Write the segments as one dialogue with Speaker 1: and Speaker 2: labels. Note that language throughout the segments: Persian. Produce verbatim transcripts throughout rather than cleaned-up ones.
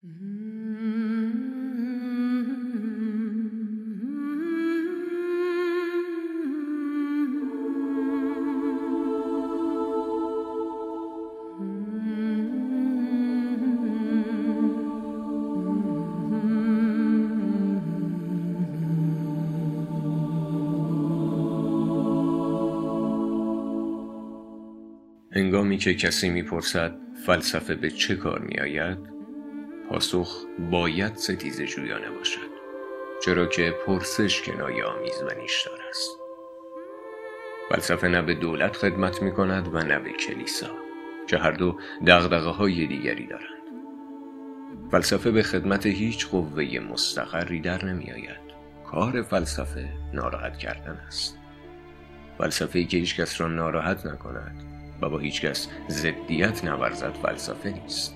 Speaker 1: هنگامی که کسی میپرسد فلسفه به چه کار میآید، پاسخ باید ستیزه جویانه باشد، چرا که پرسش کنایه آمیز و نیشدار است. فلسفه نه به دولت خدمت میکند و نه به کلیسا، که هر دو دغدغه های دیگری دارند. فلسفه به خدمت هیچ قوه مستقری در نمیآید. کار فلسفه ناراحت کردن است. فلسفه‌ای که هیچ کس را ناراحت نکند و با هیچ کس ضدیت نورزد فلسفه نیست.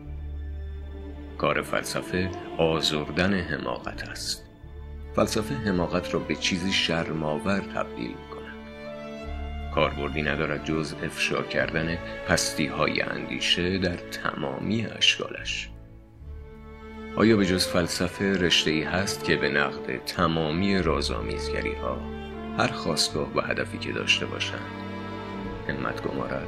Speaker 1: کار فلسفه آزردن حماقت است. فلسفه حماقت را به چیزی شرم‌آور تبدیل می‌کند. کاربردی ندارد جز افشا کردن پستی‌های اندیشه در تمامی اشکالش. آیا به جز فلسفه رشته‌ای هست که به نقد تمامی رازآمیزگری‌ها، هر خاستگاه و هدفی که داشته باشند، همت گمارد؟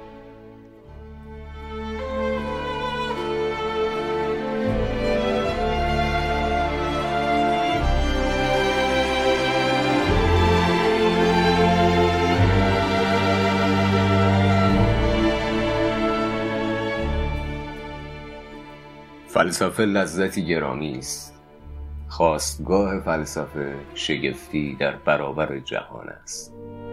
Speaker 1: فلسفه لذتی گرامی است. خاستگاه فلسفه شگفتی در برابر جهان است.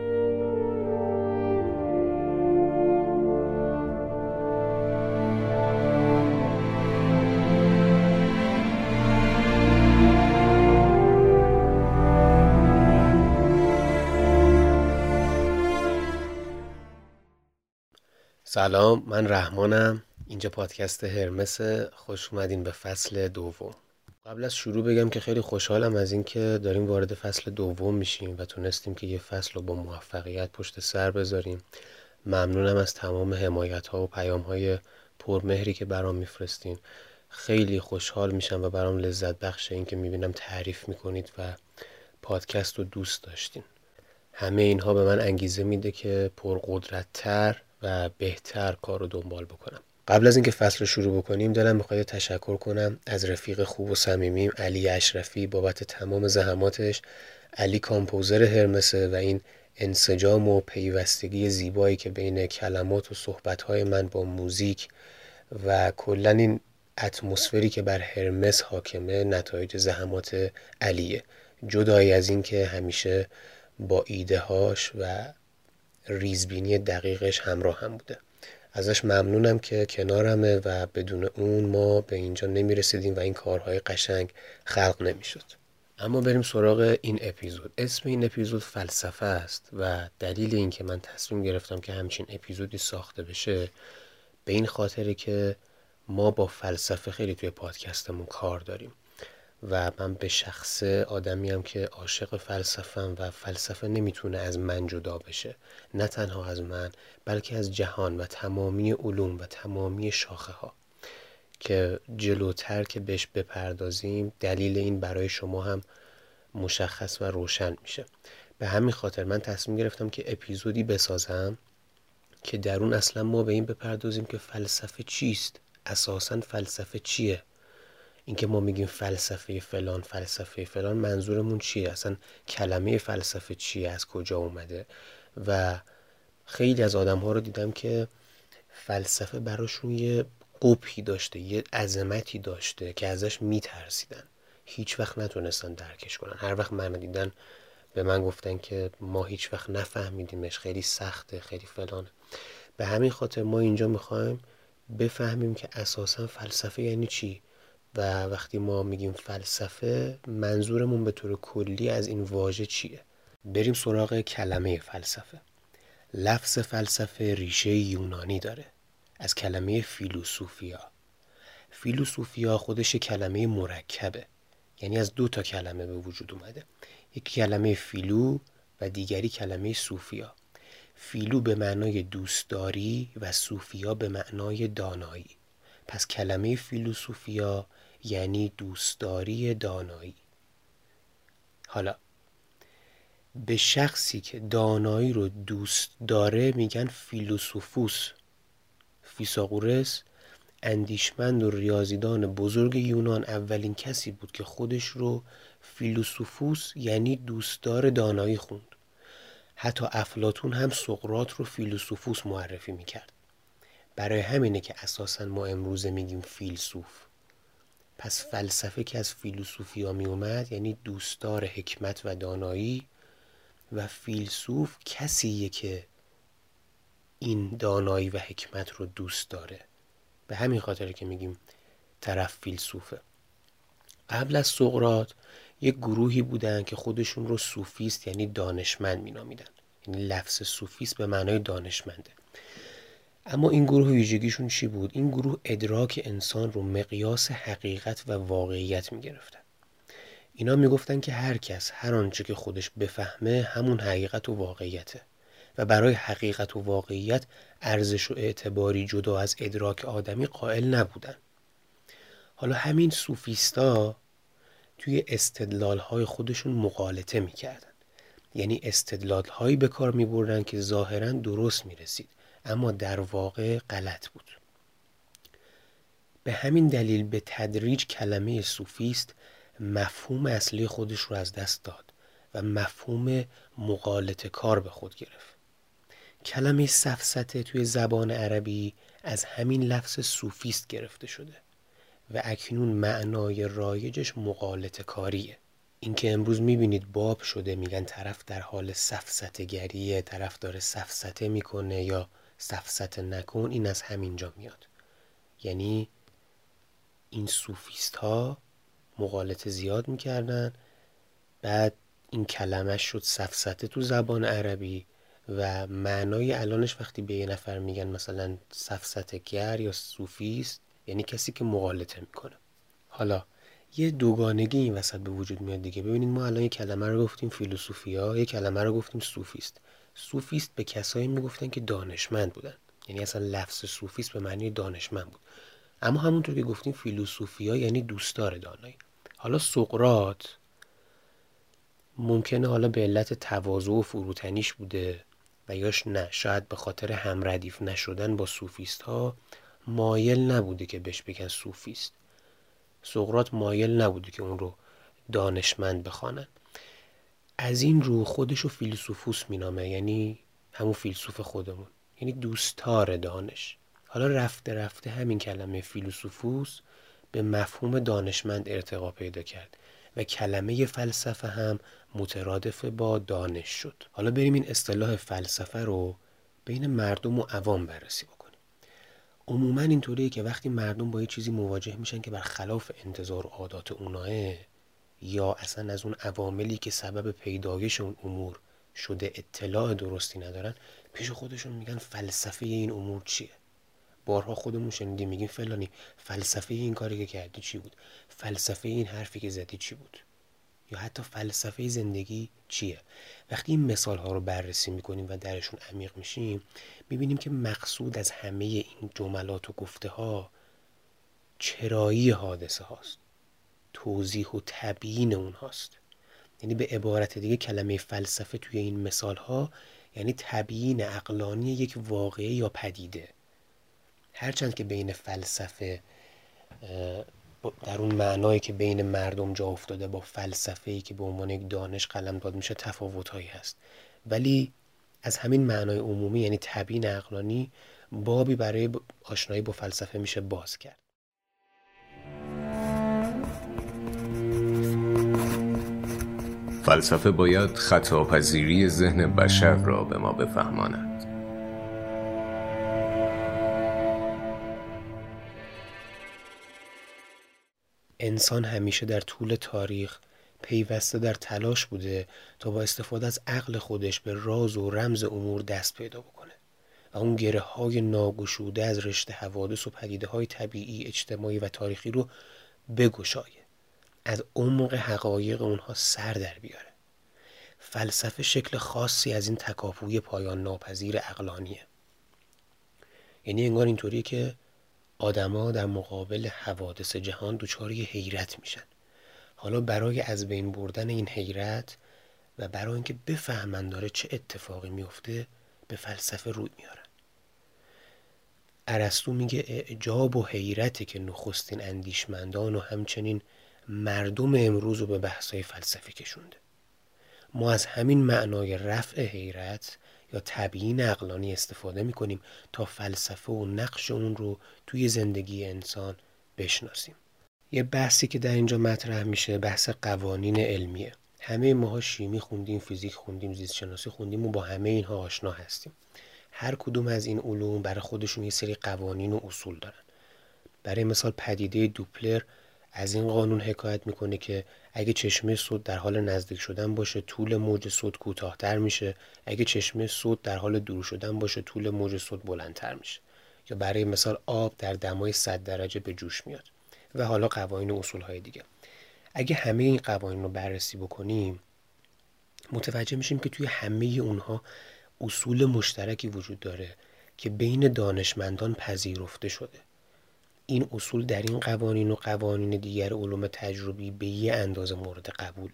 Speaker 2: سلام، من رحمانم. اینجا پادکست هرمس. خوش اومدین به فصل دوم. قبل از شروع بگم که خیلی خوشحالم از این که داریم وارد فصل دوم میشیم و تونستیم که یه فصل رو با موفقیت پشت سر بذاریم. ممنونم از تمام حمایت ها و پیام های پرمهری که برام میفرستین. خیلی خوشحال میشم و برام لذت بخشه این که میبینم تعریف میکنید و پادکست رو دوست داشتین. همه اینها به من انگیزه میده که پرقدرت‌تر و بهتر کار رو دنبال بکنم. قبل از اینکه فصل رو شروع بکنیم دلم میخواد تشکر کنم از رفیق خوب و صمیمیم علی اشرفی بابت تمام زحماتش. علی کامپوزر هرمسه و این انسجام و پیوستگی زیبایی که بین کلمات و صحبت‌های من با موزیک و کلاً این اتمسفری که بر هرمس حاکمه نتایج زحمات علیه. جدایی از این که همیشه با ایده هاش و ریزبینی دقیقش همراه هم بوده. ازش ممنونم که کنارمه و بدون اون ما به اینجا نمی رسیدیم و این کارهای قشنگ خلق نمی شد. اما بریم سراغ این اپیزود. اسم این اپیزود فلسفه است و دلیل این که من تصمیم گرفتم که همچین اپیزودی ساخته بشه به این خاطره که ما با فلسفه خیلی توی پادکستمون کار داریم و من به شخصه آدمیم که عاشق فلسفه‌ام و فلسفه نمیتونه از من جدا بشه. نه تنها از من بلکه از جهان و تمامی علوم و تمامی شاخه ها که جلوتر که بهش بپردازیم دلیل این برای شما هم مشخص و روشن میشه. به همین خاطر من تصمیم گرفتم که اپیزودی بسازم که در اون اصلا ما به این بپردازیم که فلسفه چیست، اساساً فلسفه چیه، اینکه ما میگیم فلسفه فلان فلسفه فلان منظورمون چیه، اصلا کلمه فلسفه چیه، از کجا اومده. و خیلی از آدم ها رو دیدم که فلسفه براشون یه قبحی داشته، یه عظمتی داشته که ازش میترسیدن، هیچ وقت نتونستن درکش کنن. هر وقت من دیدن به من گفتن که ما هیچ وقت نفهمیدیمش، خیلی سخته، خیلی فلانه. به همین خاطر ما اینجا میخوایم بفهمیم که اساسا فلسفه یعنی چی و وقتی ما میگیم فلسفه منظورمون به طور کلی از این واژه چیه. بریم سراغ کلمه فلسفه. لفظ فلسفه ریشه یونانی داره، از کلمه فیلوسوفیا. فیلوسوفیا خودش کلمه مرکبه، یعنی از دو تا کلمه به وجود اومده، یکی کلمه فیلو و دیگری کلمه صوفیا. فیلو به معنای دوستداری و صوفیا به معنای دانایی. پس کلمه فیلوسوفیا یعنی دوستداری دانایی. حالا به شخصی که دانایی رو دوست داره میگن فیلوسوفوس. فیثاغورس اندیشمند و ریاضیدان بزرگ یونان اولین کسی بود که خودش رو فیلوسوفوس یعنی دوستدار دانایی خوند. حتی افلاطون هم سقراط رو فیلوسوفوس معرفی میکرد. برای همینه که اساساً ما امروزه میگیم فیلسوف. پس فلسفه که از فیلوسوفیا می اومد یعنی دوستدار حکمت و دانایی، و فیلسوف کسیه که این دانایی و حکمت رو دوست داره. به همین خاطره که میگیم طرف فیلسوفه. قبل از سقراط یک گروهی بودن که خودشون رو صوفیست یعنی دانشمند مینامیدن. یعنی لفظ صوفیست به معنای دانشمنده. اما این گروه ویژگیشون چی بود؟ این گروه ادراک انسان رو مقیاس حقیقت و واقعیت میگرفتن. اینا میگفتن که هر کس هر آنچه که خودش بفهمه همون حقیقت و واقعیته و برای حقیقت و واقعیت ارزش و اعتباری جدا از ادراک آدمی قائل نبودن. حالا همین صوفیستا توی استدلال‌های خودشون مغالطه میکردن. یعنی استدلال‌هایی به کار میبردن که ظاهراً درست میرسید اما در واقع غلط بود. به همین دلیل به تدریج کلمه صوفیست مفهوم اصلی خودش رو از دست داد و مفهوم مغالطه کار به خود گرفت. کلمه سفسطه توی زبان عربی از همین لفظ صوفیست گرفته شده و اکنون معنای رایجش مغالطه کاریه. این که امروز میبینید باب شده میگن طرف در حال سفسطه گریه، طرف داره سفسطه میکنه یا سفسطه نکن، این از همینجا میاد. یعنی این صوفیست ها مغالطه زیاد میکردن، بعد این کلمه شد سفسطه تو زبان عربی و معنای الانش وقتی به یه نفر میگن مثلا سفسطه گر یا صوفیست یعنی کسی که مغالطه میکنه. حالا یه دوگانگی این وسط به وجود میاد دیگه. ببینید ما الان یه کلمه رو گفتیم فیلسوفیا، یه کلمه رو گفتیم صوفیست. صوفیست به کسایی میگفتن که دانشمند بودن، یعنی اصلا لفظ صوفیست به معنی دانشمند بود. اما همونطور که گفتیم فیلسوفیا یعنی دوستدار دانایی. حالا سقراط ممکنه حالا به علت تواضع و فروتنیش بوده و یاش نه، شاید به خاطر همردیف نشدن با صوفیست ها مایل نبوده که بهش بگن صوفیست. سقراط مایل نبوده که اون رو دانشمند بخوانن. از این رو خودشو فیلسوفوس مینامه، یعنی همون فیلسوف خودمون، یعنی دوستدار دانش. حالا رفته رفته همین کلمه فیلسوفوس به مفهوم دانشمند ارتقا پیدا کرد و کلمه فلسفه هم مترادف با دانش شد. حالا بریم این اصطلاح فلسفه رو بین مردم و عوام بررسی بکنیم. عموما اینطوریه که وقتی مردم با یه چیزی مواجه میشن که برخلاف انتظار و عادات اوناه یا اصلا از اون عواملی که سبب پیدایش اون امور شده اطلاع درستی ندارن، پیش خودشون میگن فلسفه این امور چیه؟ بارها خودمون شنیدیم میگیم فلانی فلسفه این کاری که کردی چی بود؟ فلسفه این حرفی که زدی چی بود؟ یا حتی فلسفه زندگی چیه؟ وقتی این مثال ها رو بررسی میکنیم و درشون عمیق میشیم میبینیم که مقصود از همه این جملات و گفته ها چرایی حادثه هاست، توضیح و تبیین اون هاست. یعنی به عبارت دیگه کلمه فلسفه توی این مثال ها یعنی تبیین عقلانی یک واقعه یا پدیده. هرچند که بین فلسفه در اون معنایی که بین مردم جا افتاده با فلسفه‌ای که به عنوان یک دانش قلمداد میشه تفاوت‌هایی هست، ولی از همین معنای عمومی یعنی تبیین عقلانی بابی برای آشنایی با فلسفه میشه باز کرد.
Speaker 1: فلسفه باید خطاپذیری ذهن بشر را به ما بفهماند.
Speaker 2: انسان همیشه در طول تاریخ پیوسته در تلاش بوده تا با استفاده از عقل خودش به راز و رمز امور دست پیدا بکنه و اون گره های ناگشوده از رشته حوادث و پدیده های طبیعی، اجتماعی و تاریخی رو بگشایه، از عمق حقایق اونها سر در بیاره. فلسفه شکل خاصی از این تکاپوی پایان ناپذیر عقلانیه. یعنی انگار اینطوریه که آدما در مقابل حوادث جهان دچار یه حیرت میشن. حالا برای از بین بردن این حیرت و برای اینکه بفهمن داره چه اتفاقی میفته به فلسفه روی میارن. ارسطو میگه اعجاب و حیرتی که نخستین اندیشمندان و همچنین مردم امروز رو به بحث‌های فلسفی کشونده. ما از همین معنای رفع حیرت یا تبیین عقلانی استفاده میکنیم تا فلسفه و نقش اون رو توی زندگی انسان بشناسیم. یه بحثی که در اینجا مطرح میشه بحث قوانین علمیه. همه ماها شیمی خوندیم، فیزیک خوندیم، زیست شناسی خوندیم و با همه اینها آشنا هستیم. هر کدوم از این علوم برای خودشون یه سری قوانین و اصول دارن. برای مثال پدیده دوپلر از این قانون حکایت میکنه که اگه چشمه صوت در حال نزدیک شدن باشه طول موج صوت کوتاه‌تر میشه، اگه چشمه صوت در حال دور شدن باشه طول موج صوت بلندتر میشه. یا برای مثال آب در دمای صد درجه به جوش میاد و حالا قوانین و اصولهای دیگه. اگه همه این قوانین رو بررسی بکنیم متوجه میشیم که توی همه اونها اصول مشترکی وجود داره که بین دانشمندان پذیرفته شده. این اصول در این قوانین و قوانین دیگر علوم تجربی به یه اندازه مورد قبوله.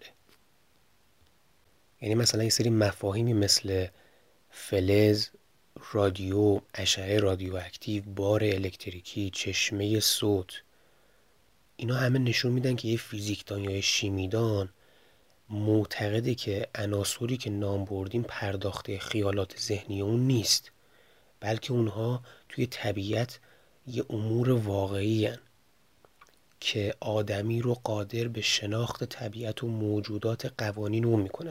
Speaker 2: یعنی مثلا یه سری مفاهیمی مثل فلز، رادیو، اشعه رادیواکتیو، بار الکتریکی، چشمه صوت، اینا همه نشون میدن که یه فیزیکدان یا یه شیمیدان معتقده که عناصری که نام بردیم پرداخته خیالات ذهنی اون نیست، بلکه اونها توی طبیعت یه امور واقعی هن که آدمی رو قادر به شناخت طبیعت و موجودات قوانین اون میکنن.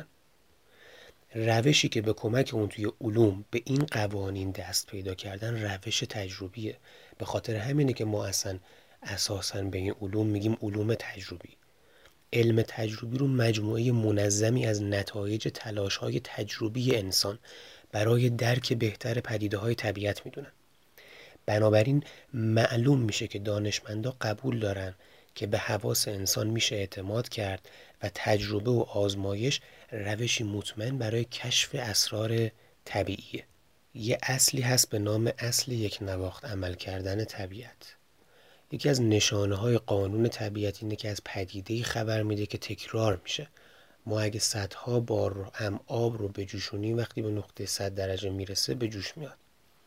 Speaker 2: روشی که به کمک اون توی علوم به این قوانین دست پیدا کردن روش تجربیه. به خاطر همینه که ما اصلا اساساً به این علوم میگیم علوم تجربی. علم تجربی رو مجموعه منظمی از نتایج تلاش‌های تجربی انسان برای درک بهتر پدیده‌های طبیعت میدونن. بنابراین معلوم میشه که دانشمندا قبول دارن که به حواس انسان میشه اعتماد کرد و تجربه و آزمایش روشی مطمئن برای کشف اسرار طبیعیه. یه اصلی هست به نام اصل یک نواخت عمل کردن طبیعت. یکی از نشانه های قانون طبیعت اینه که از پدیده‌ای خبر میده که تکرار میشه. ما اگه صدها بار هم آب رو بجوشونیم وقتی به نقطه صد درجه میرسه به جوش میاد.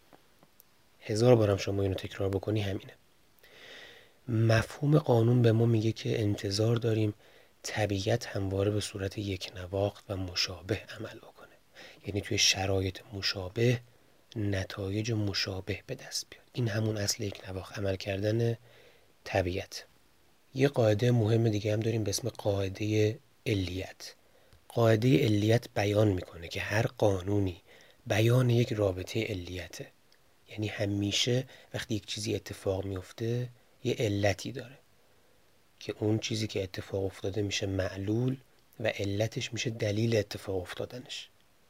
Speaker 2: هزار بارم شما اینو تکرار بکنی همینه. مفهوم قانون به ما میگه که انتظار داریم طبیعت همواره به صورت یک نواخت و مشابه عمل بکنه. یعنی توی شرایط مشابه نتایج مشابه به دست بیاد. این همون اصل یک نواخت عمل کردن طبیعت. یه قاعده مهم دیگه هم داریم به اسم قاعده علیت. قاعده علیت بیان میکنه که هر قانونی بیان یک رابطه علیته. یعنی همیشه وقتی یک چیزی اتفاق میفته یه علتی داره که اون چیزی که اتفاق افتاده میشه معلول و علتش میشه دلیل اتفاق افتادنش.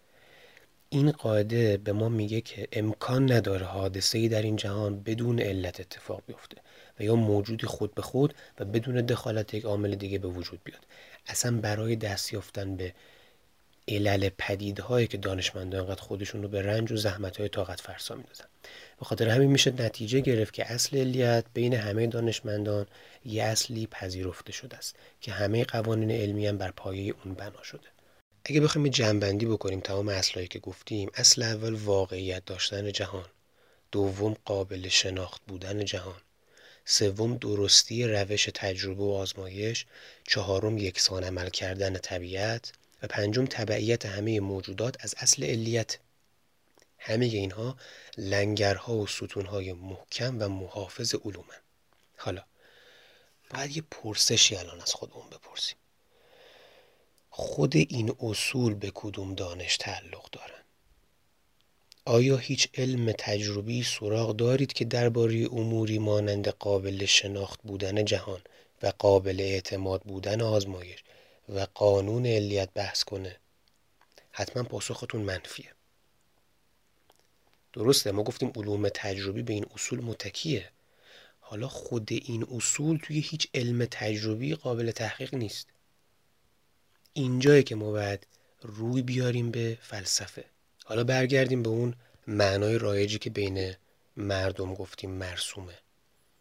Speaker 2: این قاعده به ما میگه که امکان نداره حادثه‌ای در این جهان بدون علت اتفاق بیفته و یا موجودی خود به خود و بدون دخالت یک عامل دیگه به وجود بیاد. اصلا برای دست یافتن به علل پدیدهایی که دانشمندان انقدر خودشون رو به رنج و زحمت‌های طاقت فرسا می‌دازن. به خاطر همین میشه نتیجه گرفت که اصل علیت بین همه دانشمندان یه اصلی پذیرفته شده است که همه قوانین علمی هم بر پایه اون بنا شده. اگه بخوایم جمع‌بندی بکنیم تمام اصلایی که گفتیم، اصل اول واقعیت داشتن جهان، دوم قابل شناخت بودن جهان، سوم درستی روش تجربه و آزمایش، چهارم یکسان عمل کردن طبیعت و پنجم تبعیت همه موجودات از اصل علیت. همه اینها لنگرها و ستونهای محکم و محافظ علومن. حالا باید یه پرسشی الان از خودمون بپرسیم. خود این اصول به کدوم دانش تعلق دارن؟ آیا هیچ علم تجربی سراغ دارید که درباره اموری مانند قابل شناخت بودن جهان و قابل اعتماد بودن آزمایش و قانون علیت بحث کنه؟ حتما پاسختون منفیه. درسته ما گفتیم علوم تجربی به این اصول متکیه. حالا خود این اصول توی هیچ علم تجربی قابل تحقیق نیست. اینجایی که ما باید روی بیاریم به فلسفه. حالا برگردیم به اون معنای رایجی که بین مردم گفتیم مرسومه.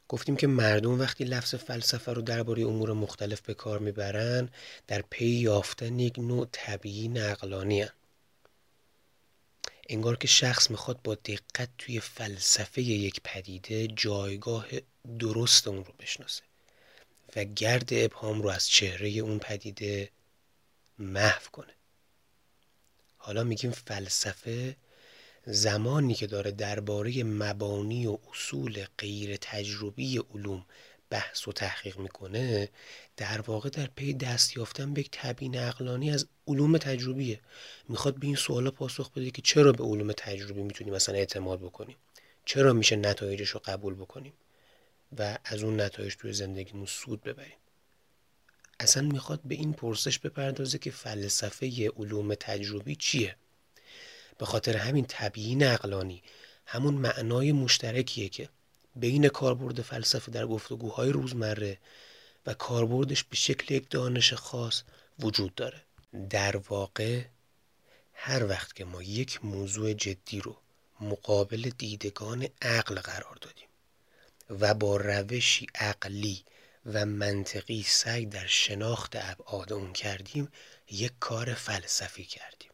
Speaker 2: گفتیم که مردم وقتی لفظ فلسفه رو درباره امور مختلف به کار میبرن در پی یافتن یک نوع طبیعی عقلانی هن. انگار که شخص میخواد با دقت توی فلسفه یک پدیده جایگاه درست اون رو بشناسه و گرد ابهام رو از چهره اون پدیده محو کنه. حالا میگیم فلسفه زمانی که داره درباره مبانی و اصول غیر تجربی علوم بحث و تحقیق میکنه، در واقع در پی دست یافتن به یک تبیین عقلانی از علوم تجربیه. میخواد به این سوالا پاسخ بده که چرا به علوم تجربی میتونیم مثلا اعتماد بکنیم، چرا میشه نتایجش رو قبول بکنیم و از اون نتایج توی زندگیمون سود ببریم. اصلا میخواد به این پرسش بپردازه که فلسفه علوم تجربی چیه. به خاطر همین تبیین عقلانی همون معنای مشترکیه که بین کاربرد فلسفه در گفتگوهای روزمره و کاربردش به شکل یک دانش خاص وجود داره. در واقع هر وقت که ما یک موضوع جدی رو مقابل دیدگان عقل قرار دادیم و با روشی عقلی و منطقی سعی در شناخت ابعاد اون کردیم، یک کار فلسفی کردیم.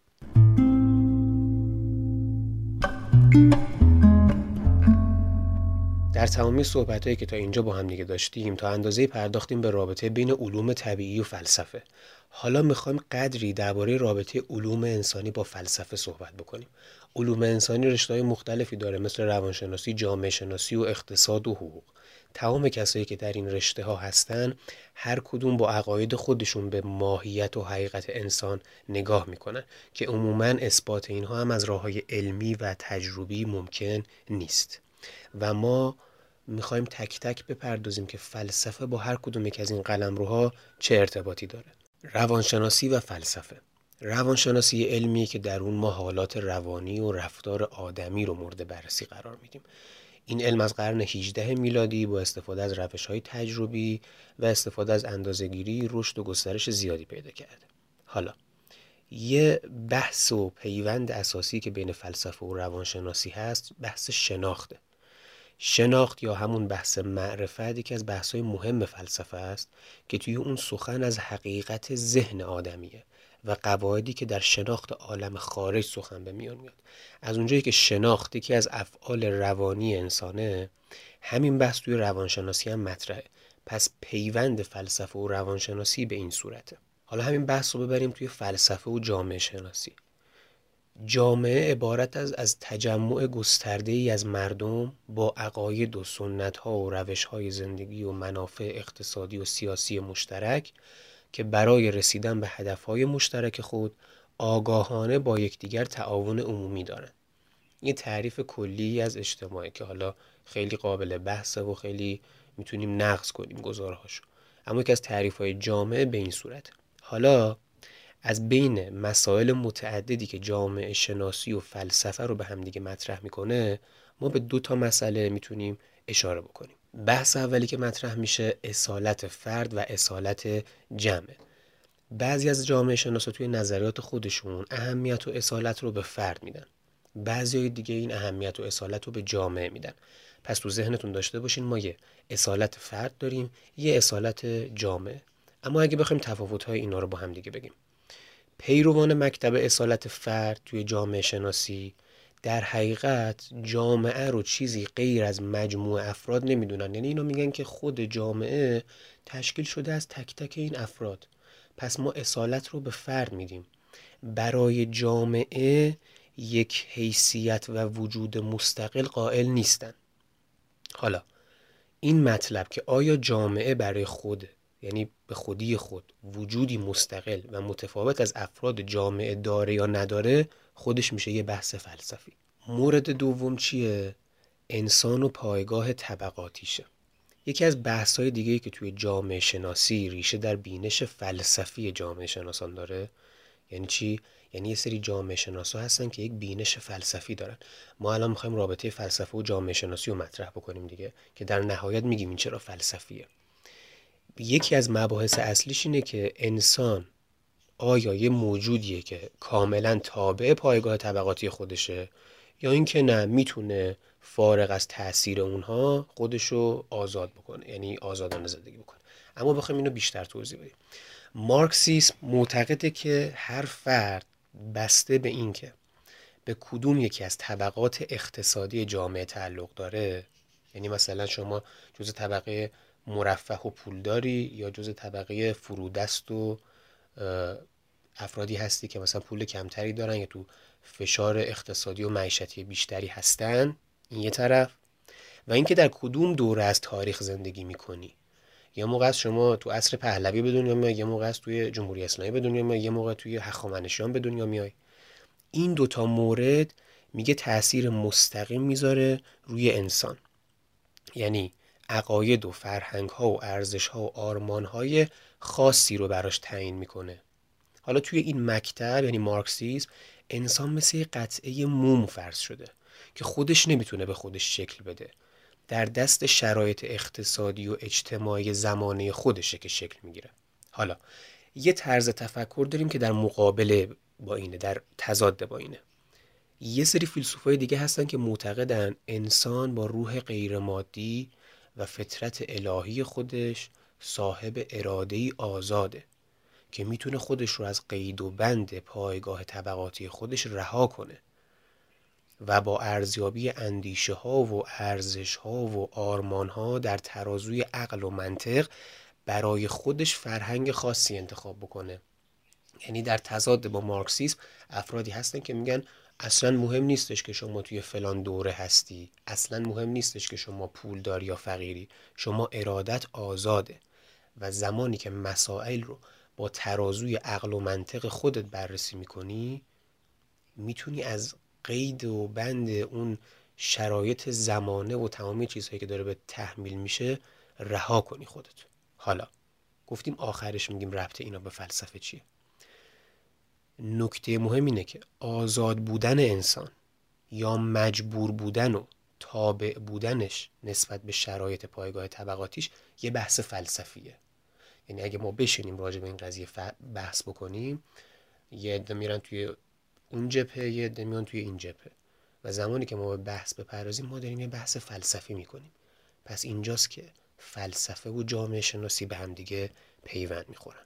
Speaker 2: در تمامی صحبتایی که تا اینجا با هم دیگه داشتیم تا اندازه‌ای پرداختیم به رابطه بین علوم طبیعی و فلسفه. حالا میخوایم قدری درباره رابطه علوم انسانی با فلسفه صحبت بکنیم. علوم انسانی رشته‌های مختلفی داره، مثل روانشناسی، جامعه شناسی و اقتصاد و حقوق. تمام کسایی که در این رشته ها هستن هر کدوم با عقاید خودشون به ماهیت و حقیقت انسان نگاه میکنن که عموماً اثبات اینها هم از راه‌های علمی و تجربی ممکن نیست و ما میخوایم تک تک بپردازیم که فلسفه با هر کدوم یک از این قلمروها چه ارتباطی داره. روانشناسی و فلسفه. روانشناسی علمی که در اون ما حالات روانی و رفتار آدمی رو مورد بررسی قرار میدیم. این علم از قرن هجدهم میلادی با استفاده از روش‌های تجربی و استفاده از اندازه‌گیری رشد و گسترش زیادی پیدا کرده. حالا یه بحث و پیوند اساسی که بین فلسفه و روانشناسی هست بحث شناخته. شناخت یا همون بحث معرفت یکی از بحث‌های مهم فلسفه است که توی اون سخن از حقیقت ذهن آدمیه و قواعدی که در شناخت عالم خارج سخن به میان میاد. از اونجایی که شناخت یکی از افعال روانی انسانه، همین بحث توی روانشناسی هم مطرحه. پس پیوند فلسفه و روانشناسی به این صورته. حالا همین بحث رو ببریم توی فلسفه و جامعه شناسی. جامعه عبارت از از تجمع گسترده‌ای از مردم با عقاید و سنت‌ها و روش‌های زندگی و منافع اقتصادی و سیاسی مشترک که برای رسیدن به هدف‌های مشترک خود آگاهانه با یکدیگر تعاون عمومی دارند. این تعریف کلی از اجتماعی که حالا خیلی قابل بحثه و خیلی میتونیم نقض کنیم گزارهاشو، اما یکی از تعریف‌های جامعه به این صورت. حالا از بین مسائل متعددی که جامعه شناسی و فلسفه رو به هم دیگه مطرح میکنه، ما به دو تا مسئله میتونیم اشاره بکنیم. بحث اولی که مطرح میشه اصالت فرد و اصالت جمع. بعضی از جامعه شناسا توی نظریات خودشون اهمیت و اصالت رو به فرد میدن، بعضی دیگه این اهمیت و اصالت رو به جامعه میدن. پس تو ذهنتون داشته باشین ما یه اصالت فرد داریم، یه اصالت جامعه. اما اگه بخوایم تفاوت‌های اینا رو با هم دیگه بگیم، پیروان مکتب اصالت فرد توی جامعه شناسی در حقیقت جامعه رو چیزی غیر از مجموعه افراد نمیدونن. یعنی اینا میگن که خود جامعه تشکیل شده از تک تک این افراد. پس ما اصالت رو به فرد میدیم. برای جامعه یک حیثیت و وجود مستقل قائل نیستن. حالا این مطلب که آیا جامعه برای خود، یعنی به خودی خود، وجودی مستقل و متفاوت از افراد جامعه داره یا نداره، خودش میشه یه بحث فلسفی. مورد دوم چیه؟ انسان و پایگاه طبقاتیشه. یکی از بحث‌های دیگه‌ای که توی جامعه شناسی ریشه در بینش فلسفی جامعه شناسان داره. یعنی چی؟ یعنی یه سری جامعه شناسا هستن که یک بینش فلسفی دارن. ما الان می‌خوایم رابطه فلسفه و جامعه شناسی رو مطرح بکنیم دیگه، که در نهایت میگیم این چرا فلسفیه. یکی از مباحث اصلیش اینه که انسان آیا یه موجودیه که کاملا تابع پایگاه طبقاتی خودشه، یا اینکه نه میتونه فارغ از تأثیر اونها خودشو آزاد بکنه، یعنی آزادانه زندگی بکنه. اما بخوایم اینو بیشتر توضیح بدیم، مارکسیسم معتقده که هر فرد بسته به این که به کدوم یکی از طبقات اقتصادی جامعه تعلق داره، یعنی مثلا شما جزء طبقه مرفه و پولداری یا جزء طبقه فرودست و افرادی هستی که مثلا پول کمتری دارن یا تو فشار اقتصادی و معیشتی بیشتری هستن، این یه طرف. و اینکه در کدوم دوره از تاریخ زندگی میکنی، یه موقع از شما تو عصر پهلوی به دنیا میای، یه موقع از توی جمهوری اسلامی به دنیا میای، یه موقع توی هخامنشیان به دنیا میای. این دوتا مورد میگه تأثیر مستقیم میذاره روی انسان، یعنی عقاید و فرهنگ ها و ارزش ها و آرمان های خاصی رو براش تعیین میکنه. حالا توی این مکتب یعنی مارکسیسم، انسان مثل قطعه موم فرض شده که خودش نمیتونه به خودش شکل بده، در دست شرایط اقتصادی و اجتماعی زمانه خودشه که شکل میگیره. حالا یه طرز تفکر داریم که در مقابله با اینه، در تضاد با اینه. یه سری فیلسوفای دیگه هستن که معتقدن انسان با روح غیر مادی و فطرت الهی خودش صاحب اراده‌ای آزاده که میتونه خودش رو از قید و بند پایگاه طبقاتی خودش رها کنه و با ارزیابی اندیشه ها و ارزش ها و آرمان ها در ترازوی عقل و منطق برای خودش فرهنگ خاصی انتخاب بکنه. یعنی در تضاد با مارکسیسم افرادی هستن که میگن اصلا مهم نیستش که شما توی فلان دوره هستی، اصلا مهم نیستش که شما پولدار یا فقیری، شما ارادت آزاده و زمانی که مسائل رو با ترازوی عقل و منطق خودت بررسی میکنی میتونی از قید و بند اون شرایط زمانه و تمامی چیزهایی که داره به تحمیل میشه رها کنی خودت. حالا گفتیم آخرش میگیم ربط اینا به فلسفه چیه. نکته مهم اینه که آزاد بودن انسان یا مجبور بودن و تابع بودنش نسبت به شرایط پایگاه طبقاتیش یه بحث فلسفیه. یعنی اگه ما بشینیم راجع به این قضیه بحث بکنیم، یه عده میرن توی اون جبهه، یه عده میان توی این جبهه و زمانی که ما به بحث بپردازیم ما داریم یه بحث فلسفی میکنیم. پس اینجاست که فلسفه و جامعه شناسی به هم دیگه پیوند میخورن.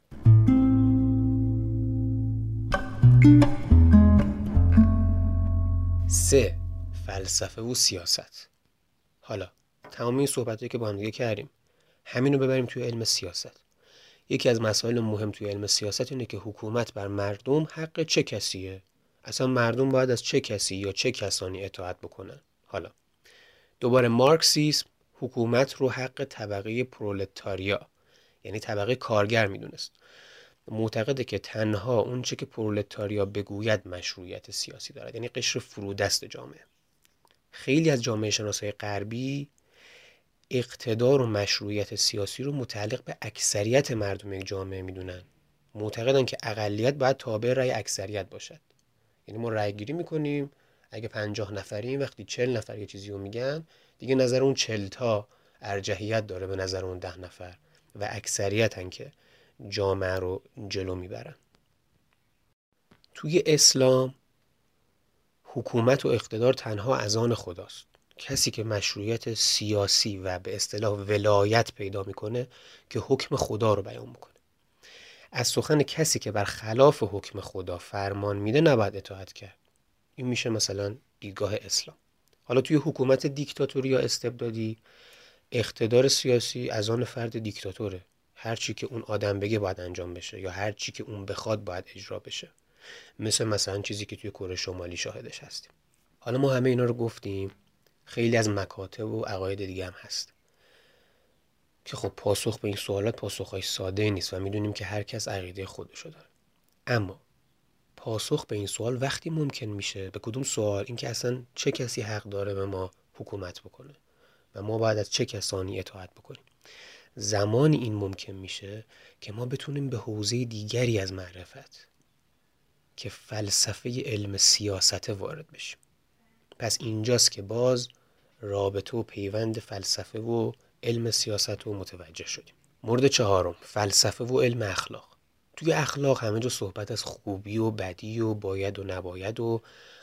Speaker 2: سه، فلسفه و سیاست. حالا تمام این صحبتایی که با هم دیگه کردیم همینو ببریم توی علم سیاست. یکی از مسائل مهم توی علم سیاست اینه که حکومت بر مردم حق چه کسیه؟ اصلا مردم باید از چه کسی یا چه کسانی اطاعت بکنن؟ حالا دوباره مارکسیسم حکومت رو حق طبقه پرولتاریا یعنی طبقه کارگر میدونست. معتقده که تنها اون چه که پرولتاریا بگوید مشروعیت سیاسی دارد، یعنی قشر فرودست جامعه. خیلی از جامعه شناسای غربی اقتدار و مشروعیت سیاسی رو متعلق به اکثریت مردم یک جامعه میدونن. معتقدن که اقلیت باید تابع رأی اکثریت باشد. یعنی ما رأی گیری میکنیم، اگه پنجاه نفریم وقتی چهل نفر یه چیزی رو میگن دیگه نظر اون چهل تا ارجحیت داره به نظر اون ده نفر و اکثریتن که جامعه رو جلو میبرن. توی اسلام حکومت و اقتدار تنها از آن خداست. کسی که مشروعیت سیاسی و به اصطلاح ولایت پیدا میکنه که حکم خدا رو بیان میکنه. از سخن کسی که بر خلاف حکم خدا فرمان میده نباید اطاعت کرد. این میشه مثلا دیدگاه اسلام. حالا توی حکومت دیکتاتوری یا استبدادی اقتدار سیاسی از آن فرد دیکتاتوره. هر چی که اون آدم بگه باید انجام بشه یا هر چی که اون بخواد باید اجرا بشه. مثل مثلا چیزی که توی کره شمالی شاهدش هستیم. حالا ما همه اینا رو گفتیم. خیلی از مکاتب و عقاید دیگه هم هست که خب پاسخ به این سوالات پاسخهای ساده نیست و میدونیم که هر کس عقیده خودشو داره. اما پاسخ به این سوال وقتی ممکن میشه، به کدوم سوال؟ این که اصلا چه کسی حق داره به ما حکومت بکنه و ما باید از چه کسانی اطاعت بکنیم. زمانی این ممکن میشه که ما بتونیم به حوزه دیگری از معرفت که فلسفه علم سیاست وارد بشیم. پس اینجاست که باز رابطه و پیوند فلسفه و علم سیاست رو متوجه شدیم. مورد چهارم، فلسفه و علم اخلاق. توی اخلاق همه جا صحبت از خوبی و بدی و باید و نباید و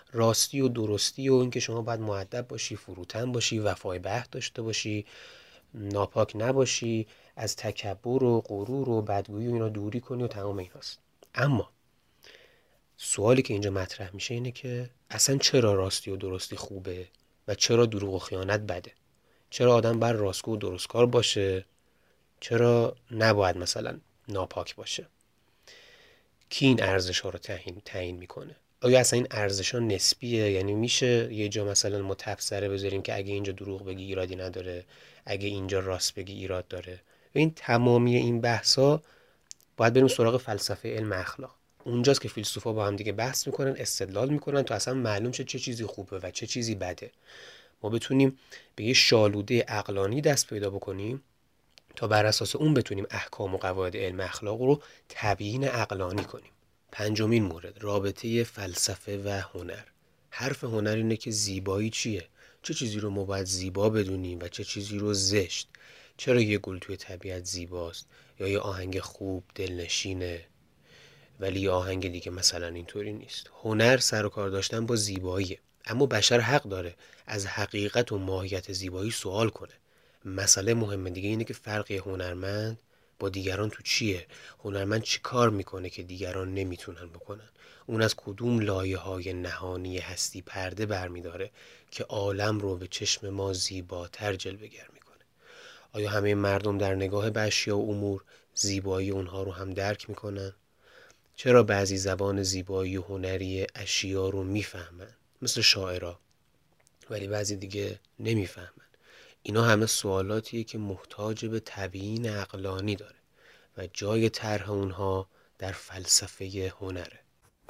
Speaker 2: راستی و درستی و اینکه شما باید مؤدب باشی، فروتن باشی، وفای به عهد داشته باشی، ناپاک نباشی، از تکبر و غرور و بدگویی و اینا دوری کنی و تمام ایناست. اما سوالی که اینجا مطرح میشه اینه که اصلا چرا راستی و درستی خوبه و چرا دروغ و خیانت بده؟ چرا آدم بر راستگو و درستکار باشه؟ چرا نباید مثلا ناپاک باشه؟ کی این ارزش ها رو تعیین تعیین میکنه؟ آیا اصلا این ارزش ها نسبیه؟ یعنی میشه یه جا مثلا ما تبصره بذاریم که اگه اینجا دروغ بگی ایرادی نداره، اگه اینجا راست بگی ایراد داره؟ و این تمامی این بحثا باید بریم سراغ فلسفه علم اخلاق. اونجاست که فیلسوفا با هم دیگه بحث میکنن، استدلال میکنن تا اصلا معلوم شه چه چیزی خوبه و چه چیزی بده. ما بتونیم به یه شالوده عقلانی دست پیدا بکنیم تا بر اساس اون بتونیم احکام و قواعد علم اخلاق رو تبیین عقلانی کنیم. پنجمین مورد، رابطه فلسفه و هنر. حرف هنر اینه که زیبایی چیه؟ چه چیزی رو ما باید زیبا بدونیم و چه چیزی رو زشت؟ چرا یه گل توی طبیعت زیباست یا یه آهنگ خوب دلنشینه ولی یه آهنگ دیگه مثلا اینطوری نیست؟ هنر سر و کار داشتن با زیباییه، اما بشر حق داره از حقیقت و ماهیت زیبایی سوال کنه. مسئله مهم دیگه اینه که فرق هنرمند با دیگران تو چیه؟ هنرمند چی کار میکنه که دیگران نمیتونن بکنن؟ اون از کدوم لایه های نهانی هستی پرده برمیداره که عالم رو به چشم ما زیباتر جلوه‌گر میکنه؟ آیا همه مردم در نگاه به اشیا و امور زیبایی اونها رو هم درک میکنن؟ چرا بعضی زبان زیبایی و هنری اشیا رو میفهمن مثل شاعرها ولی بعضی دیگه نمیفهمن؟ اینا همه سوالاتیه که محتاج به تبیین عقلانی داره و جای طرح اونها در فلسفه هنره.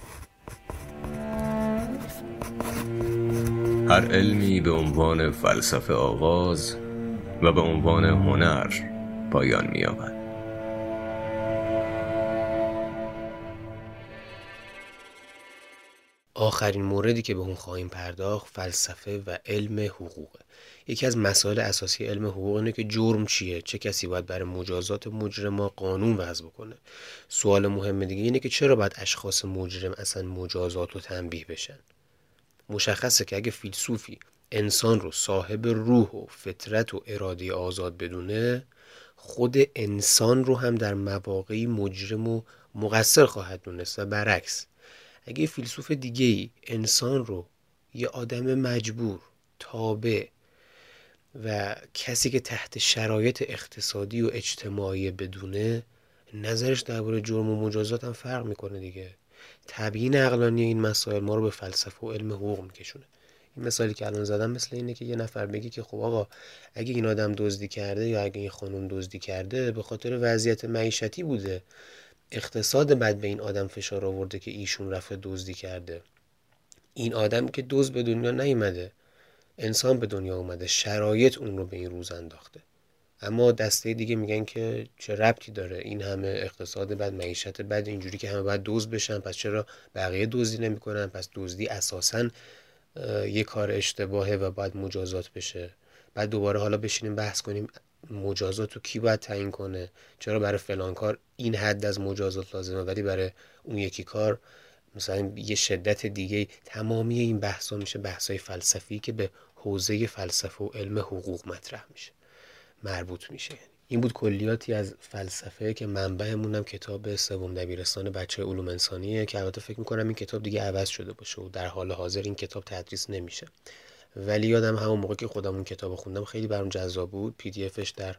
Speaker 1: هر علمی به عنوان فلسفه آغاز و به عنوان هنر پایان می‌یابد.
Speaker 2: آخرین موردی که به اون خواهیم پرداخت فلسفه و علم حقوقه. یکی از مسائل اساسی علم حقوق اینه که جرم چیه؟ چه کسی باید برای مجازات مجرما قانون وضع بکنه؟ سوال مهم دیگه اینه که چرا باید اشخاص مجرم اصلا مجازات و تنبیه بشن؟ مشخصه که اگه فیلسوفی انسان رو صاحب روح و فطرت و اراده آزاد بدونه، خود انسان رو هم در مواقعی مجرم و مقصر خواهد دونست و برعکس. اگه فیلسوف دیگه‌ای انسان رو یه آدم مجبور، تابع و کسی که تحت شرایط اقتصادی و اجتماعی بدونه، نظرش درباره جرم و مجازات هم فرق میکنه دیگه. تبیین عقلانی این مسائل ما رو به فلسفه و علم حقوق میکشونه. این مثالی که الان زدم مثل اینه که یه نفر بگی که خب آقا اگه این آدم دزدی کرده یا اگه این خانم دزدی کرده به خاطر وضعیت معیشتی بوده، اقتصاد بعد به این آدم فشار آورده که ایشون رفته دزدی کرده. این آدم که دزد به دنیا نیومده، انسان به دنیا اومده، شرایط اون رو به این روز انداخته. اما دسته دیگه میگن که چه ربطی داره، این همه اقتصاد بد، معیشت بد، اینجوری که همه باید دزد بشن، پس چرا بقیه دزدی نمیکنن؟ پس دزدی اساساً یه کار اشتباهه و باید مجازات بشه. بعد دوباره حالا بشینیم بحث کنیم مجازات رو کی باید تعیین کنه؟ چرا برای فلان کار این حد از مجازات لازمه ولی برای اون یکی کار مثلا یه شدت دیگه؟ تمامی این بحثا میشه بحثای فلسفی که به حوزه فلسفه و علم حقوق مطرح میشه، مربوط میشه. این بود کلیاتی از فلسفه که منبعمون هم کتاب سوم دبیرستان بچه علوم انسانیه که البته فکر میکنم این کتاب دیگه عوض شده باشه و در حال حاضر این کتاب تدریس نمیشه، ولی یادم همون موقع که خودم اون کتاب خوندم خیلی برام جذاب بود. پی دی افش در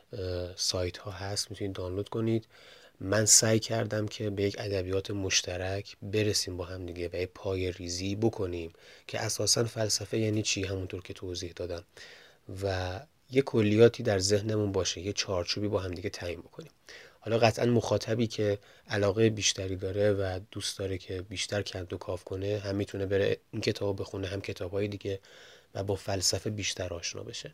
Speaker 2: سایت ها هست، میتونید دانلود کنید. من سعی کردم که به یک ادبیات مشترک برسیم با هم دیگه و یک پای ریزی بکنیم که اساساً فلسفه یعنی چی، همونطور که توضیح دادم، و یه کلیاتی در ذهنمون باشه، یه چارچوبی با هم دیگه تعیین بکنیم. حالا قطعا مخاطبی که علاقه بیشتری داره و دوست داره که بیشتر کند و کاف کنه هم میتونه بره این کتابو بخونه، هم کتابای دیگه، و با فلسفه بیشتر آشنا بشه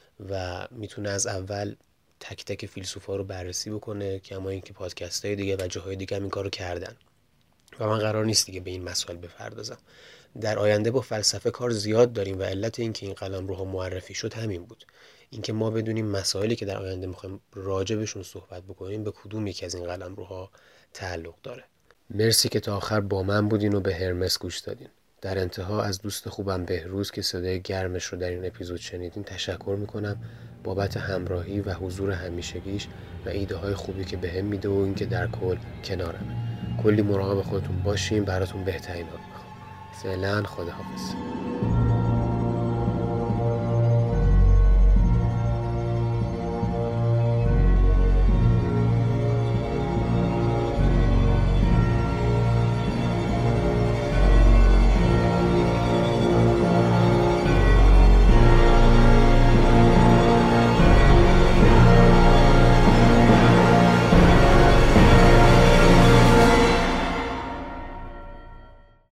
Speaker 2: و میتونه از اول تک تک فیلسوفا رو بررسی بکنه که اما اینکه پادکست‌های دیگه و جاهای دیگه هم این کارو کردن و من قرار نیست دیگه به این مسائل بپردازم. در آینده با فلسفه کار زیاد داریم و علت این که این قلمروها معرفی شد همین بود، اینکه ما بدونیم مسائلی که در آینده میخوایم راجبشون صحبت بکنیم به کدوم یکی از این قلمروها تعلق داره. مرسی که تا آخر با من بودین و به هرمس گوش دادین. در انتها از دوست خوبم بهروز که صدای گرمش رو در این اپیزود شنیدین تشکر میکنم بابت همراهی و حضور همیشگیش و ایده های خوبی که بهم میده و اینکه در کل کنارمه. کلی مراقب خودتون باشین، براتون بهترین ها میخوام. فعلا خداحافظ.